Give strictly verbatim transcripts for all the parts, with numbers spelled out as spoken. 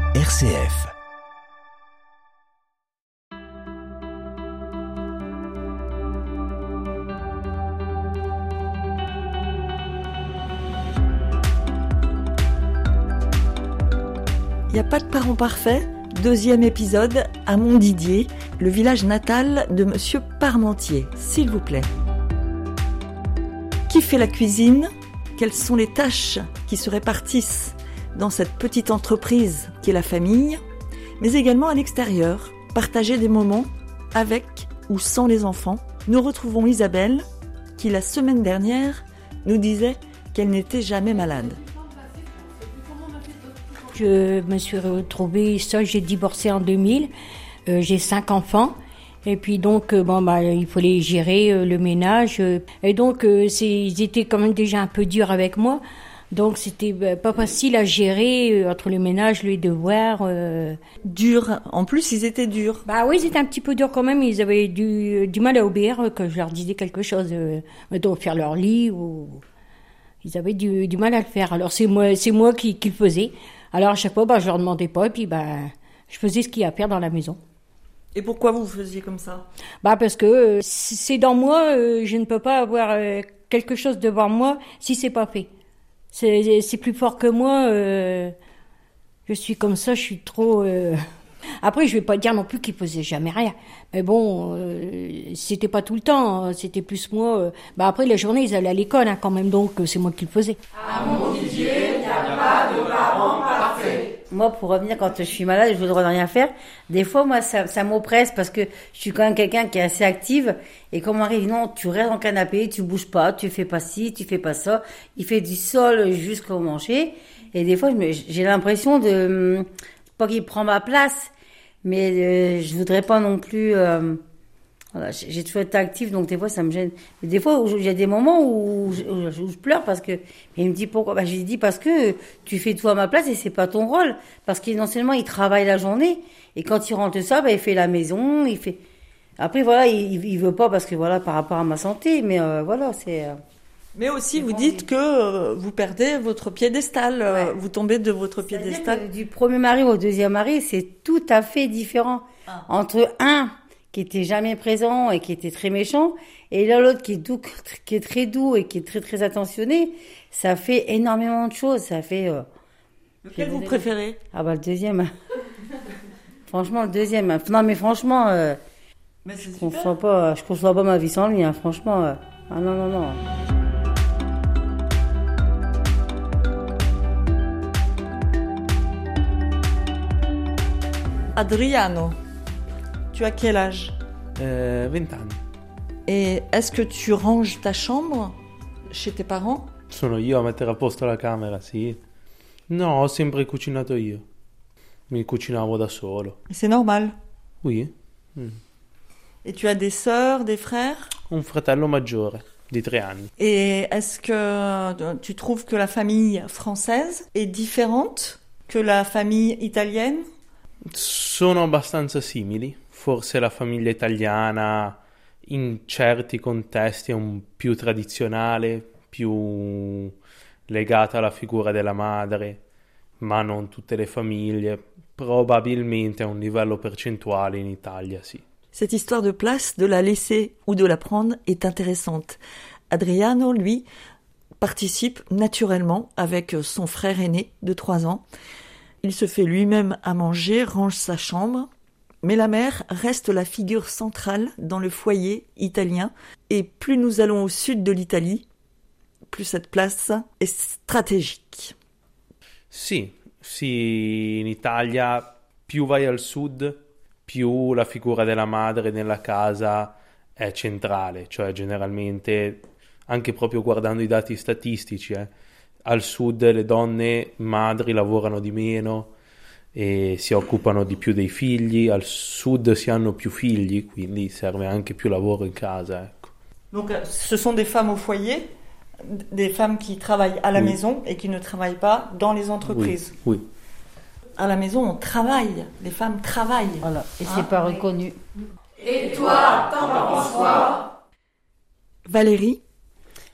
R C F. Il n'y a pas de parents parfaits. Deuxième épisode à Montdidier, le village natal de Monsieur Parmentier, s'il vous plaît. Qui fait la cuisine ? Quelles sont les tâches qui se répartissent dans cette petite entreprise qui est la famille ? Mais également à l'extérieur, partager des moments avec ou sans les enfants. Nous retrouvons Isabelle qui la semaine dernière nous disait qu'elle n'était jamais malade. Je me suis retrouvée seule, j'ai divorcé en deux mille, euh, j'ai cinq enfants. Et puis donc, euh, bon, bah, il fallait gérer euh, le ménage. Euh, et donc, euh, c'est, ils étaient quand même déjà un peu durs avec moi. Donc, c'était bah, pas facile à gérer euh, entre le ménage, les devoirs. Euh... Dur. En plus, ils étaient durs. Bah oui, ils étaient un petit peu durs quand même. Ils avaient du, du mal à obéir, euh, que je leur disais quelque chose, euh, mettons, faire leur lit ou... Ils avaient du, du mal à le faire. Alors, c'est moi, c'est moi qui, qui le faisais. Alors, à chaque fois, bah, je leur demandais pas. Et puis, bah, je faisais ce qu'il y a à faire dans la maison. Et pourquoi vous faisiez comme ça ? Bah parce que euh, c'est dans moi, euh, je ne peux pas avoir euh, quelque chose devant moi si c'est pas fait. C'est, c'est plus fort que moi. Euh, je suis comme ça, je suis trop. Euh... Après, je vais pas dire non plus qu'ils faisaient jamais rien. Mais bon, euh, c'était pas tout le temps. Hein, c'était plus moi. Euh... Bah après, la journée, ils allaient à l'école hein, quand même, donc euh, c'est moi qui le faisais. À Montdidier, il n'y a pas de parents parfaits. Moi, pour revenir, quand je suis malade, je voudrais rien faire. Des fois, moi, ça, ça m'oppresse parce que je suis quand même quelqu'un qui est assez active. Et quand on m'arrive, non, tu restes dans le canapé, tu bouges pas, tu fais pas ci, tu fais pas ça. Il fait du sol jusqu'au manger. Et des fois, je me, j'ai l'impression de, pas qu'il prend ma place, mais euh, je voudrais pas non plus. Euh, voilà, j'ai toujours été active, donc des fois ça me gêne. Mais des fois, il y a des moments où je, où je pleure parce que il me dit pourquoi. Bah, je lui dis parce que tu fais tout à ma place et c'est pas ton rôle. Parce qu'éventuellement il travaille la journée et quand il rentre ça, bah, il fait la maison, il fait. Après voilà, il, il veut pas parce que voilà par rapport à ma santé, mais euh, voilà c'est. Euh... Mais aussi, vous dites que euh, vous perdez votre piédestal, euh, ouais. Vous tombez de votre piédestal. Du premier mari au deuxième mari, c'est tout à fait différent. Ah. Entre un qui était jamais présent et qui était très méchant, et là l'autre qui est doux, qui est très doux et qui est très très attentionné, ça fait énormément de choses. Ça fait. Euh, Lequel vous préférez ? Ah bah le deuxième. Franchement le deuxième. Non mais franchement, euh, mais c'est je conçois pas, je conçois pas ma vie sans lui. Hein, franchement, euh, ah non non non. Adriano, tu as quel âge ? euh, vingt anni. Et est-ce que tu ranges ta chambre chez tes parents ? Sono io a mettere a posto la camera, sì. No, ho sempre cucinato io. Mi cucinavo da solo. C'est normal ? Oui. Mm. Et tu as des sœurs, des frères ? Un fratello maggiore, di tre anni. Et est-ce que tu trouves que la famille française est différente que la famille italienne ? Sono abbastanza simili. Forse la famiglia italiana in certi contesti è un più tradizionale, più legata alla figura della madre, ma non tutte le famiglie. Probabilmente a un livello percentuale in Italia, sì. Cette histoire de place, de la laisser ou de la prendre est intéressante. Adriano, lui, participe naturellement avec son frère aîné de trois ans. Il se fait lui-même à manger, range sa chambre, mais la mère reste la figure centrale dans le foyer italien. Et plus nous allons au sud de l'Italie, plus cette place est stratégique. Sì, sì, in Italia più vai al sud, più la figura della madre nella casa è centrale, cioè generalmente, anche proprio guardando i dati statistici, eh, al sud le donne madri lavorano di meno e si occupano di più dei figli, al sud si hanno più figli, quindi serve anche più lavoro in casa, ecco. Donc ce sont des femmes au foyer, des femmes qui travaillent à la oui. maison et qui ne travaillent pas dans les entreprises. Oui, oui. À la maison, on travaille, les femmes travaillent. Voilà, et hein? C'est pas reconnu. Et toi, t'en penses quoi ? Valérie ?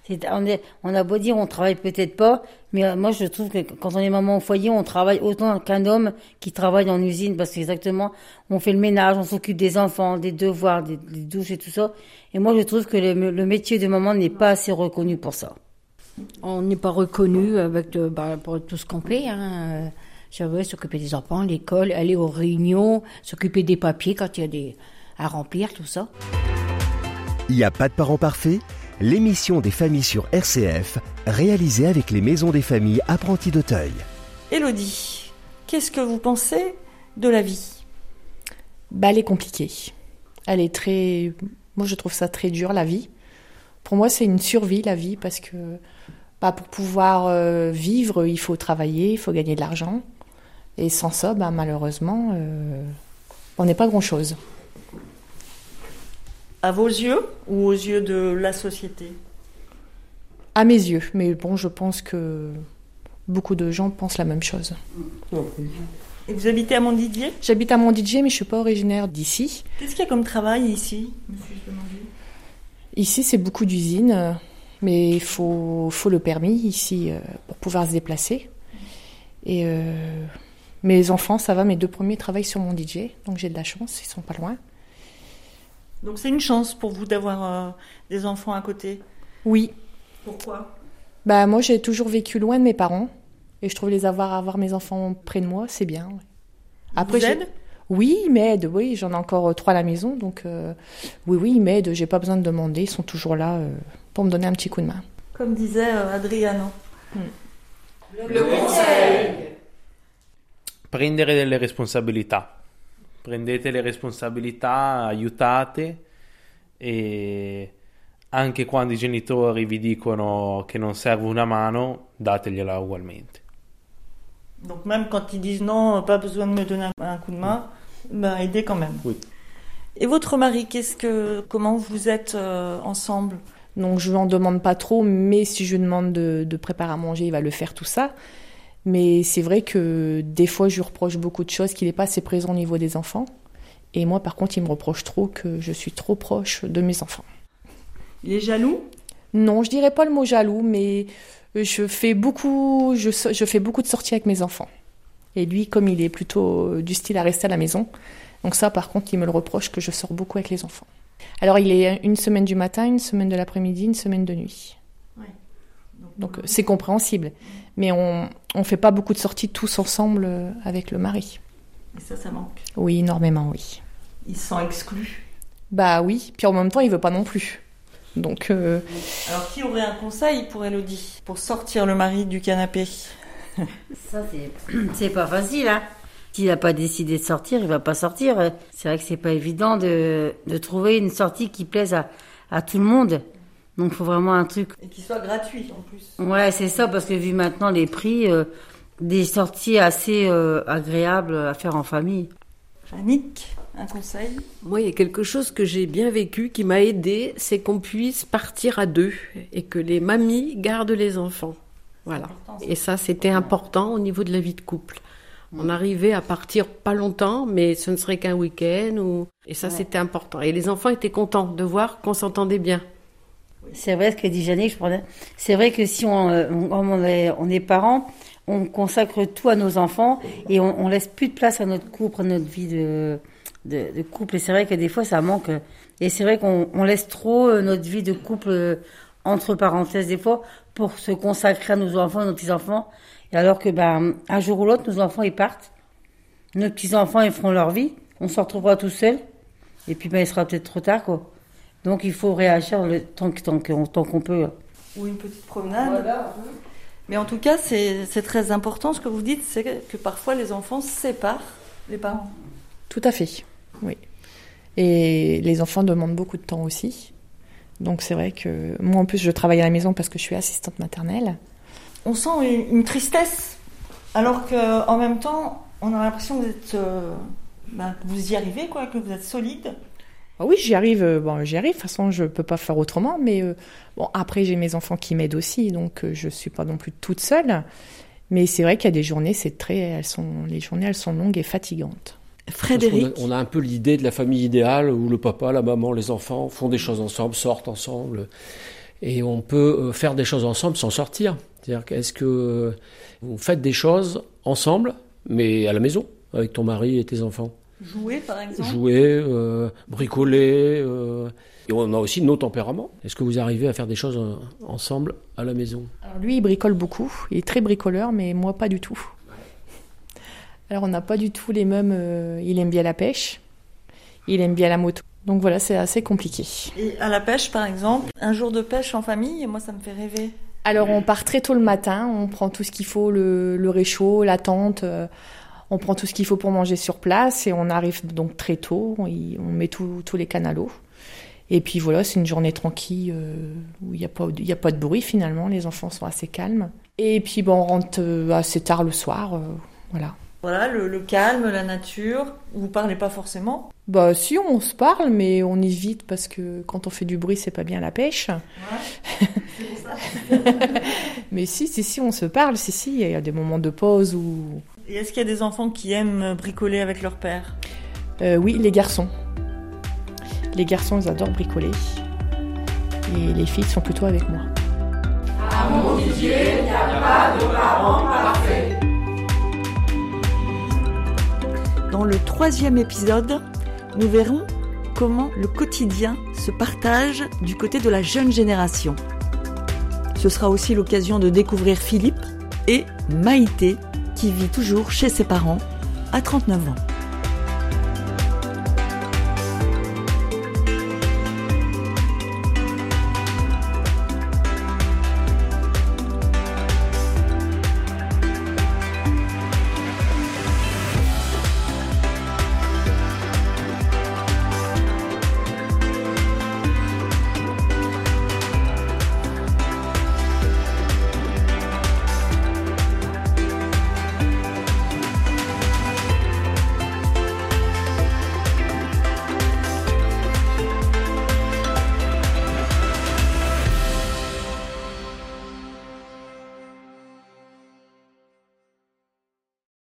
C'est, on, est, on a beau dire on travaille peut-être pas, mais euh, moi je trouve que quand on est maman au foyer, on travaille autant qu'un homme qui travaille en usine, parce qu'exactement, on fait le ménage, on s'occupe des enfants, des devoirs, des, des douches et tout ça. Et moi je trouve que le, le métier de maman n'est pas assez reconnu pour ça. On n'est pas reconnu avec de, bah, pour tout ce qu'on fait. Hein. Euh, s'occuper des enfants, l'école, aller aux réunions, s'occuper des papiers quand il y a des à remplir, tout ça. Il n'y a pas de parents parfaits. L'émission des familles sur R C F, réalisée avec les maisons des familles apprenties d'Auteuil. Élodie, qu'est-ce que vous pensez de la vie ? Bah, elle est compliquée. Elle est très... Moi, je trouve ça très dur, la vie. Pour moi, c'est une survie, la vie, parce que bah, pour pouvoir euh, vivre, il faut travailler, il faut gagner de l'argent. Et sans ça, bah, malheureusement, euh, on n'est pas grand-chose. À vos yeux ou aux yeux de la société ? À mes yeux, mais bon, je pense que beaucoup de gens pensent la même chose. Et vous habitez à Montdidier ? J'habite à Montdidier, mais je ne suis pas originaire d'ici. Qu'est-ce qu'il y a comme travail ici, monsieur Demandier ? Ici, c'est beaucoup d'usines, mais il faut, faut le permis ici pour pouvoir se déplacer. Et euh, mes enfants, ça va, mes deux premiers travaillent sur Montdidier, donc j'ai de la chance, ils ne sont pas loin. Donc c'est une chance pour vous d'avoir euh, des enfants à côté ? Oui. Pourquoi ? Bah, moi, j'ai toujours vécu loin de mes parents. Et je trouve les avoir, avoir mes enfants près de moi, c'est bien. Ouais. Après, vous aident ? Oui, ils m'aident. Oui, j'en ai encore trois à la maison. Donc, euh, oui, oui, ils m'aident. J'ai pas besoin de demander. Ils sont toujours là euh, pour me donner un petit coup de main. Comme disait euh, Adriano. Hmm. Le conseil. Prendere delle responsabilità. Prendete le responsabilità, aiutate e anche quando i genitori vi dicono che non serve una mano, dategliela ugualmente. Donc même quand ils disent non, pas besoin de me donner un coup de main, bah aidez quand même. Oui. Et votre mari, qu'est-ce que, comment vous êtes euh, ensemble ? Donc je lui en demande pas trop, mais si je lui demande de, de préparer à manger, il va le faire tout ça. Mais c'est vrai que des fois, je lui reproche beaucoup de choses, qu'il n'est pas assez présent au niveau des enfants. Et moi, par contre, il me reproche trop que je suis trop proche de mes enfants. Il est jaloux ? Non, je dirais pas le mot jaloux, mais je fais beaucoup, je, je fais beaucoup de sorties avec mes enfants. Et lui, comme il est plutôt du style à rester à la maison, donc ça, par contre, il me le reproche que je sors beaucoup avec les enfants. Alors, il est une semaine du matin, une semaine de l'après-midi, une semaine de nuit. Ouais. Donc, c'est compréhensible. Mais on ne fait pas beaucoup de sorties tous ensemble avec le mari. Et ça, ça manque ? Oui, énormément, oui. Il se sent exclu ? Bah oui, puis en même temps, il veut pas non plus. Donc, euh... Alors, qui aurait un conseil pour Élodie, pour sortir le mari du canapé ? Ça, c'est, c'est pas facile, hein. S'il n'a pas décidé de sortir, il va pas sortir. C'est vrai que c'est pas évident de, de trouver une sortie qui plaise à, à tout le monde. Donc, il faut vraiment un truc. Et qui soit gratuit, en plus. Ouais, c'est ça, parce que vu maintenant les prix, euh, des sorties assez euh, agréables à faire en famille. Annick, un conseil ? Moi, il y a quelque chose que j'ai bien vécu, qui m'a aidée, c'est qu'on puisse partir à deux et que les mamies gardent les enfants. Voilà. Et ça, c'était important au niveau de la vie de couple. On arrivait à partir pas longtemps, mais ce ne serait qu'un week-end. Ou... Et ça, ouais. C'était important. Et les enfants étaient contents de voir qu'on s'entendait bien. C'est vrai ce que dit Jannick, je prenais. C'est vrai que si on, on, on, est, on est parents, on consacre tout à nos enfants et on, on laisse plus de place à notre couple, à notre vie de, de, de couple. Et c'est vrai que des fois, ça manque. Et c'est vrai qu'on on laisse trop notre vie de couple entre parenthèses des fois pour se consacrer à nos enfants, à nos petits-enfants. Et alors que, ben, un jour ou l'autre, nos enfants, ils partent. Nos petits-enfants, ils feront leur vie. On se retrouvera tout seuls. Et puis, ben, il sera peut-être trop tard, quoi. Donc, il faut réagir le tant, tant, tant qu'on peut. Ou une petite promenade. Voilà. Mais en tout cas, c'est, c'est très important. Ce que vous dites, c'est que parfois, les enfants séparent les parents. Tout à fait, oui. Et les enfants demandent beaucoup de temps aussi. Donc, c'est vrai que moi, en plus, je travaille à la maison parce que je suis assistante maternelle. On sent une, une tristesse, alors qu'en même temps, on a l'impression que vous êtes, euh, ben, que vous y arrivez, quoi, que vous êtes solide. Ah oui, j'y arrive. Bon, j'y arrive. De toute façon, je peux pas faire autrement. Mais euh, bon, après, j'ai mes enfants qui m'aident aussi, donc euh, je suis pas non plus toute seule. Mais c'est vrai qu'il y a des journées, c'est très, elles sont, les journées, elles sont longues et fatigantes. Frédéric, on a, on a un peu l'idée de la famille idéale où le papa, la maman, les enfants font des choses ensemble, sortent ensemble. Et on peut faire des choses ensemble sans sortir. C'est-à-dire qu'est-ce que vous faites des choses ensemble, mais à la maison, avec ton mari et tes enfants. Jouer, par exemple. Jouer, euh, bricoler. Euh, et on a aussi nos tempéraments. Est-ce que vous arrivez à faire des choses euh, ensemble à la maison ? Alors lui, il bricole beaucoup. Il est très bricoleur, mais moi, pas du tout. Alors, on n'a pas du tout les mêmes... Euh, il aime bien la pêche. Il aime bien la moto. Donc voilà, c'est assez compliqué. Et à la pêche, par exemple, un jour de pêche en famille, moi, ça me fait rêver. Alors, on part très tôt le matin. On prend tout ce qu'il faut, le, le réchaud, la tente... Euh, On prend tout ce qu'il faut pour manger sur place et on arrive donc très tôt. On, on met tous les canalos. Et puis voilà, c'est une journée tranquille euh, où il n'y a pas, il y a pas de bruit finalement. Les enfants sont assez calmes. Et puis bon, on rentre euh, assez tard le soir. Euh, voilà. Voilà, le, le calme, la nature. Vous parlez pas forcément ? Bah si, on se parle, mais on évite parce que quand on fait du bruit, c'est pas bien la pêche. Ouais, c'est pour ça. Mais si, si, si, on se parle. Si, si, il y a des moments de pause où... Et est-ce qu'il y a des enfants qui aiment bricoler avec leur père ? euh, Oui, les garçons. Les garçons, ils adorent bricoler. Et les filles sont plutôt avec moi. Amour du Dieu, il n'y a pas de parents parfaits. Dans le troisième épisode, nous verrons comment le quotidien se partage du côté de la jeune génération. Ce sera aussi l'occasion de découvrir Philippe et Maïté, qui vit toujours chez ses parents à trente-neuf ans.